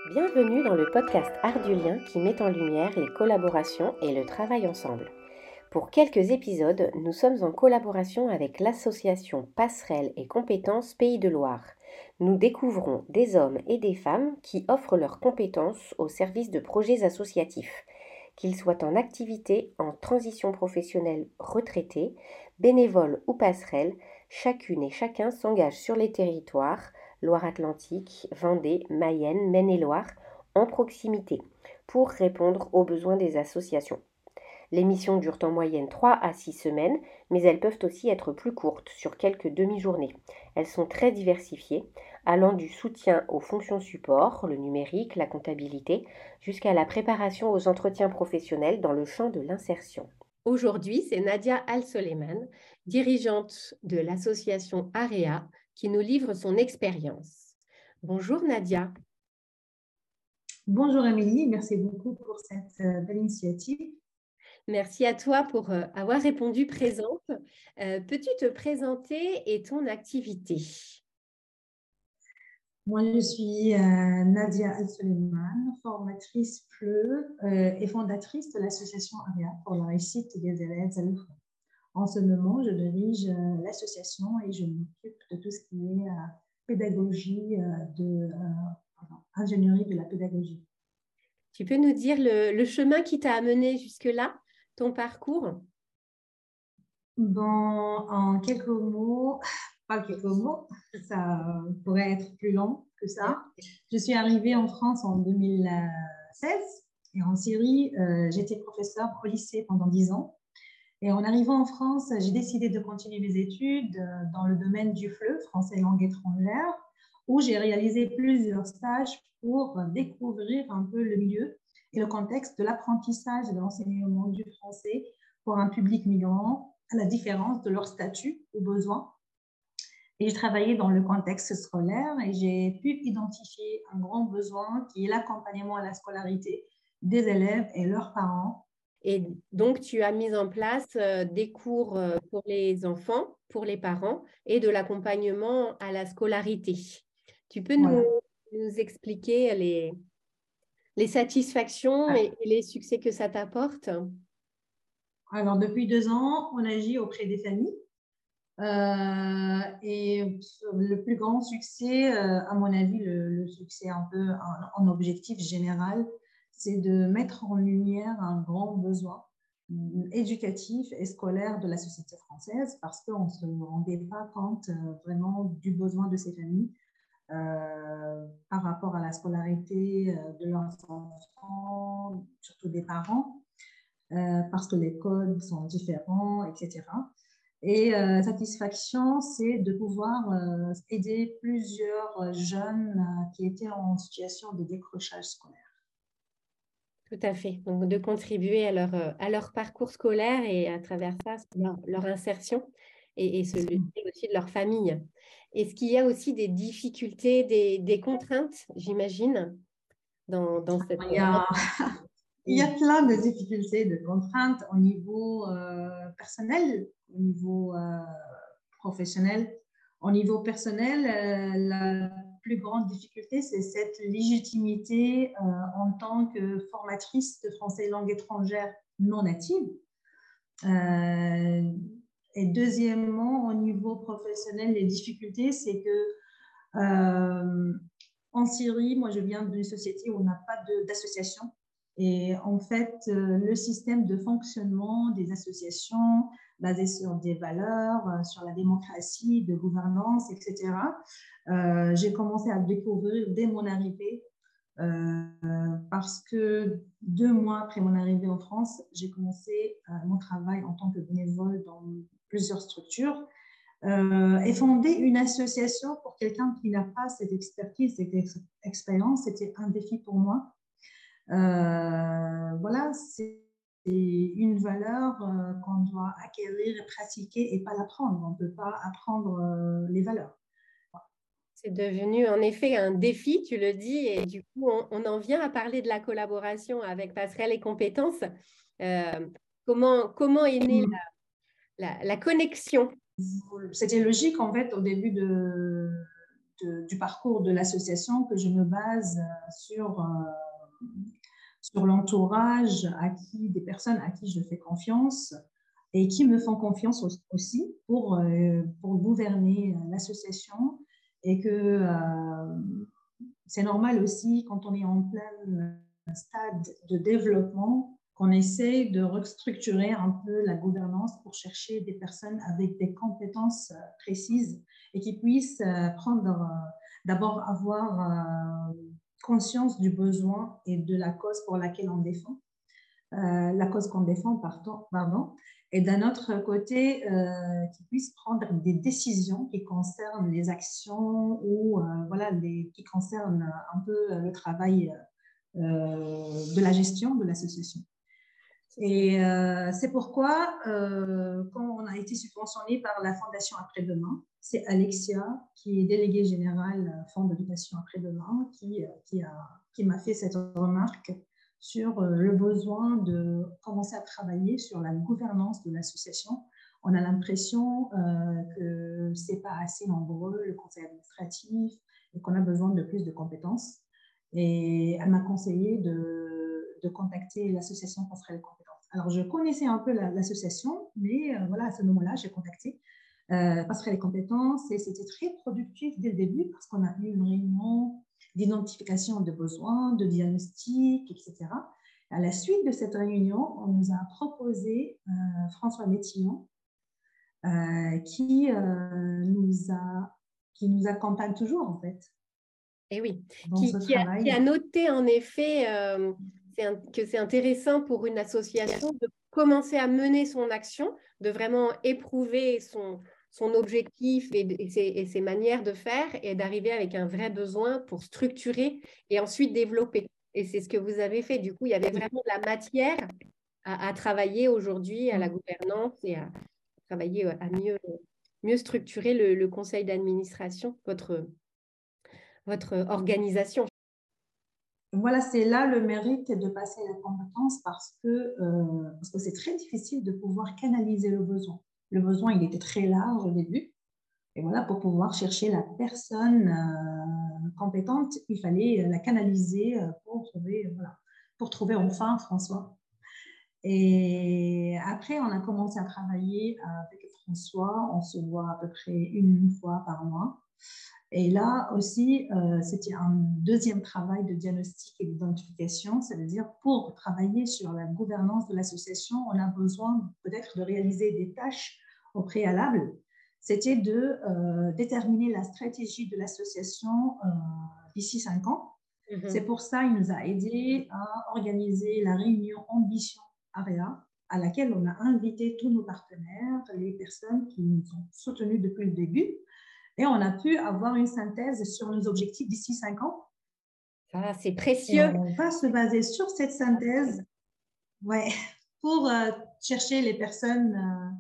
Bienvenue dans le podcast Art du lien qui met en lumière les collaborations et le travail ensemble. Pour quelques épisodes, nous sommes en collaboration avec l'association Passerelle et Compétences Pays de Loire. Nous découvrons des hommes et des femmes qui offrent leurs compétences au service de projets associatifs. Qu'ils soient en activité, en transition professionnelle, retraités, bénévoles ou passerelles, chacune et chacun s'engage sur les territoires, Loire-Atlantique, Vendée, Mayenne, Maine-et-Loire, en proximité, pour répondre aux besoins des associations. Les missions durent en moyenne 3 à 6 semaines, mais elles peuvent aussi être plus courtes, sur quelques demi-journées. Elles sont très diversifiées, allant du soutien aux fonctions support, le numérique, la comptabilité, jusqu'à la préparation aux entretiens professionnels dans le champ de l'insertion. Aujourd'hui, c'est Nadia Al-Soleiman, dirigeante de l'association AREA, qui nous livre son expérience. Bonjour Nadia. Bonjour Amélie, merci beaucoup pour cette belle initiative. Merci à toi pour avoir répondu présente. Peux-tu te présenter et ton activité? Moi, je suis Nadia Al-Soleiman, formatrice FLE et fondatrice de l'association AREA pour la réussite des élèves allophones. En ce moment, je dirige l'association et je m'occupe de tout ce qui est pédagogie, ingénierie de la pédagogie. Tu peux nous dire le chemin qui t'a amené jusque-là, ton parcours? Bon, en quelques mots, pas quelques mots, ça pourrait être plus long que ça. Je suis arrivée en France en 2016 et en Syrie, j'étais professeure au lycée pendant 10 ans. Et en arrivant en France, j'ai décidé de continuer mes études dans le domaine du FLE, français langue étrangère, où j'ai réalisé plusieurs stages pour découvrir un peu le milieu et le contexte de l'apprentissage et de l'enseignement du français pour un public migrant, à la différence de leur statut ou besoin. Et j'ai travaillé dans le contexte scolaire et j'ai pu identifier un grand besoin qui est l'accompagnement à la scolarité des élèves et leurs parents. Et donc, tu as mis en place des cours pour les enfants, pour les parents et de l'accompagnement à la scolarité. Tu peux Voilà. nous expliquer les satisfactions et les succès que ça t'apporte? Alors, depuis 2 ans, on agit auprès des familles. Et le plus grand succès, à mon avis, le succès un peu en objectif général, c'est de mettre en lumière un grand besoin éducatif et scolaire de la société française parce qu'on ne se rendait pas compte vraiment du besoin de ces familles par rapport à la scolarité de leurs enfants, surtout des parents, parce que les codes sont différents, etc. Et satisfaction, c'est de pouvoir aider plusieurs jeunes qui étaient en situation de décrochage scolaire. Tout à fait. Donc, de contribuer à leur parcours scolaire et à travers ça, leur insertion et celui aussi de leur famille. Est-ce qu'il y a aussi des difficultés, des contraintes, j'imagine, dans cette... Il y a plein de difficultés, de contraintes au niveau personnel, au niveau professionnel. Au niveau personnel, la plus grande difficulté, c'est cette légitimité en tant que formatrice de français langue étrangère non native. Et deuxièmement, au niveau professionnel, les difficultés, c'est que en Syrie, moi je viens d'une société où on n'a pas d'association. Et en fait, le système de fonctionnement des associations basé sur des valeurs, sur la démocratie, de gouvernance, etc., j'ai commencé à découvrir dès mon arrivée parce que 2 mois après mon arrivée en France, j'ai commencé mon travail en tant que bénévole dans plusieurs structures et fonder une association pour quelqu'un qui n'a pas cette expertise, cette expérience, c'était un défi pour moi. Voilà, c'est une valeur qu'on doit acquérir et pratiquer et pas l'apprendre. On ne peut pas apprendre les valeurs. C'est devenu en effet un défi, tu le dis, et du coup, on en vient à parler de la collaboration avec Passerelle et Compétences. Comment est née la connexion? C'était logique en fait au début du parcours de l'association que je me base sur l'entourage des personnes à qui je fais confiance et qui me font confiance aussi pour gouverner l'association et que c'est normal aussi quand on est en plein stade de développement qu'on essaie de restructurer un peu la gouvernance pour chercher des personnes avec des compétences précises et qui puissent d'abord avoir conscience du besoin et de la cause pour laquelle on défend, la cause qu'on défend, pardon, et d'un autre côté, qui puissent prendre des décisions qui concernent les actions ou qui concernent un peu le travail de la gestion de l'association. Et c'est pourquoi, quand on a été subventionné par la Fondation Après-Demain, c'est Alexia, qui est déléguée générale Fonds d'éducation Après-Demain, qui m'a fait cette remarque sur le besoin de commencer à travailler sur la gouvernance de l'association. On a l'impression que ce n'est pas assez nombreux, le conseil administratif, et qu'on a besoin de plus de compétences. Et elle m'a conseillé de contacter l'association Passerelle et Compétences. Alors, je connaissais un peu l'association, mais voilà, à ce moment-là, j'ai contacté Passerelle et Compétences et c'était très productif dès le début parce qu'on a eu une réunion d'identification de besoins, de diagnostic, etc. À la suite de cette réunion, on nous a proposé François Métillon qui nous accompagne toujours, en fait. Et oui, qui a noté en effet que c'est intéressant pour une association de commencer à mener son action, de vraiment éprouver son objectif et ses manières de faire et d'arriver avec un vrai besoin pour structurer et ensuite développer. Et c'est ce que vous avez fait. Du coup, il y avait vraiment de la matière à travailler aujourd'hui à la gouvernance et à travailler à mieux structurer le conseil d'administration, votre organisation. Voilà, c'est là le mérite de passer la compétence parce que c'est très difficile de pouvoir canaliser le besoin. Le besoin, il était très large au début. Et voilà, pour pouvoir chercher la personne compétente, il fallait la canaliser pour trouver enfin François. Et après, on a commencé à travailler avec François. On se voit à peu près une fois par mois. Et là aussi, c'était un deuxième travail de diagnostic et d'identification. Ça veut dire pour travailler sur la gouvernance de l'association, on a besoin peut-être de réaliser des tâches au préalable. C'était de déterminer la stratégie de l'association d'ici 5 ans. Mm-hmm. C'est pour ça qu'il nous a aidés à organiser la réunion Ambition AREA, à laquelle on a invité tous nos partenaires, les personnes qui nous ont soutenus depuis le début. Et on a pu avoir une synthèse sur nos objectifs d'ici 5 ans. Ah, c'est précieux. Et on va se baser sur cette synthèse pour chercher les personnes,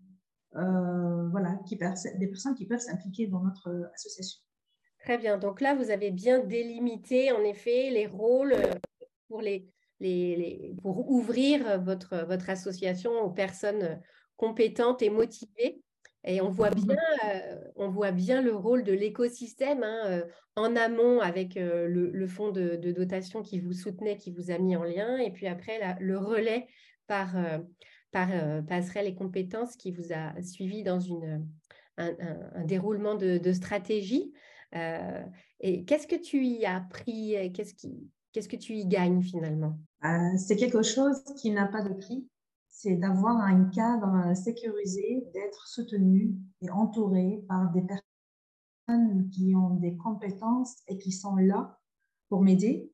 des personnes qui peuvent s'impliquer dans notre association. Très bien. Donc là, vous avez bien délimité, en effet, les rôles pour, pour ouvrir votre association aux personnes compétentes et motivées. Et on voit bien le rôle de l'écosystème en amont avec le fonds de dotation qui vous soutenait, qui vous a mis en lien. Et puis après, le relais par Passerelle et Compétences qui vous a suivi dans un déroulement de stratégie. Et qu'est-ce que tu y as appris? Qu'est-ce que tu y gagnes finalement? C'est quelque chose qui n'a pas de prix. C'est d'avoir un cadre sécurisé, d'être soutenu et entouré par des personnes qui ont des compétences et qui sont là pour m'aider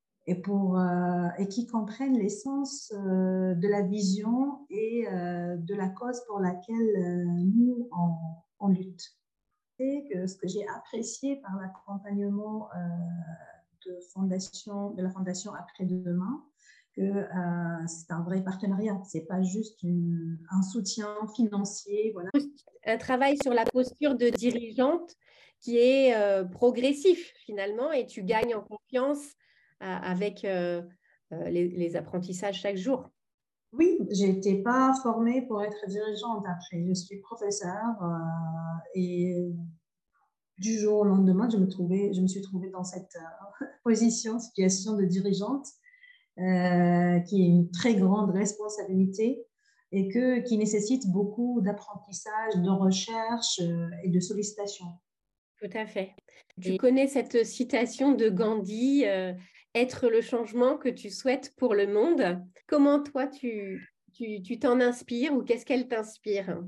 et qui comprennent l'essence de la vision et de la cause pour laquelle nous, on lutte. Et que ce que j'ai apprécié par l'accompagnement de la Fondation Après-Demain, que c'est un vrai partenariat, c'est pas juste un soutien financier. Voilà. Un travail sur la posture de dirigeante qui est progressif finalement et tu gagnes en confiance avec les apprentissages chaque jour. Oui, je n'étais pas formée pour être dirigeante après. Je suis professeure et du jour au lendemain, je me suis trouvée dans cette situation de dirigeante qui est une très grande responsabilité et qui nécessite beaucoup d'apprentissage, de recherche et de sollicitation. Tout à fait. Tu connais cette citation de Gandhi, être le changement que tu souhaites pour le monde. Comment toi, tu t'en inspires ou qu'est-ce qu'elle t'inspire?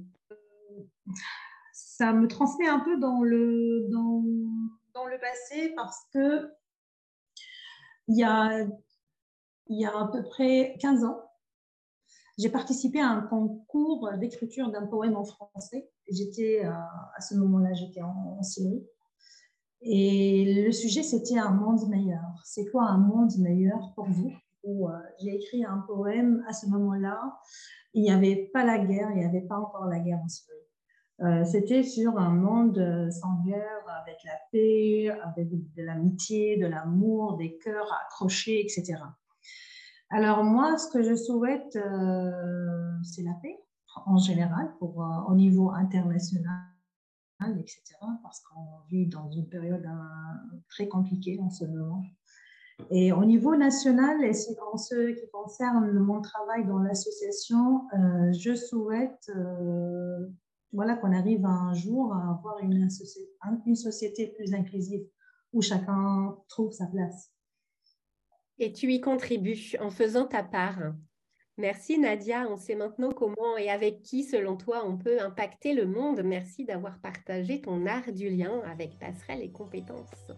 Ça me transmet un peu dans le passé parce que il y a, il y a à peu près 15 ans, j'ai participé à un concours d'écriture d'un poème en français. À ce moment-là, j'étais en Syrie. Et le sujet, c'était un monde meilleur. C'est quoi un monde meilleur pour vous? J'ai écrit un poème à ce moment-là. Il n'y avait pas la guerre, il n'y avait pas encore la guerre en Syrie. C'était sur un monde sans guerre, avec la paix, avec de l'amitié, de l'amour, des cœurs accrochés, etc. Alors moi, ce que je souhaite, c'est la paix en général, au niveau international, etc. Parce qu'on vit dans une période très compliquée en ce moment. Et au niveau national, et en ce qui concerne mon travail dans l'association, je souhaite voilà, qu'on arrive un jour à avoir une société plus inclusive où chacun trouve sa place. Et tu y contribues en faisant ta part. Merci Nadia. On sait maintenant comment et avec qui, selon toi, on peut impacter le monde. Merci d'avoir partagé ton art du lien avec Passerelle et Compétences.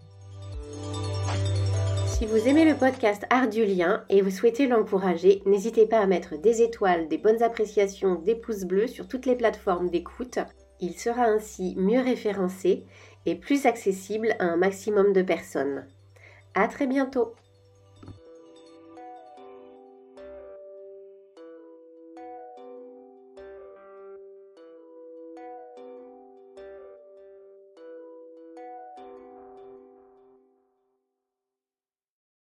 Si vous aimez le podcast Art du lien et vous souhaitez l'encourager, n'hésitez pas à mettre des étoiles, des bonnes appréciations, des pouces bleus sur toutes les plateformes d'écoute. Il sera ainsi mieux référencé et plus accessible à un maximum de personnes. À très bientôt!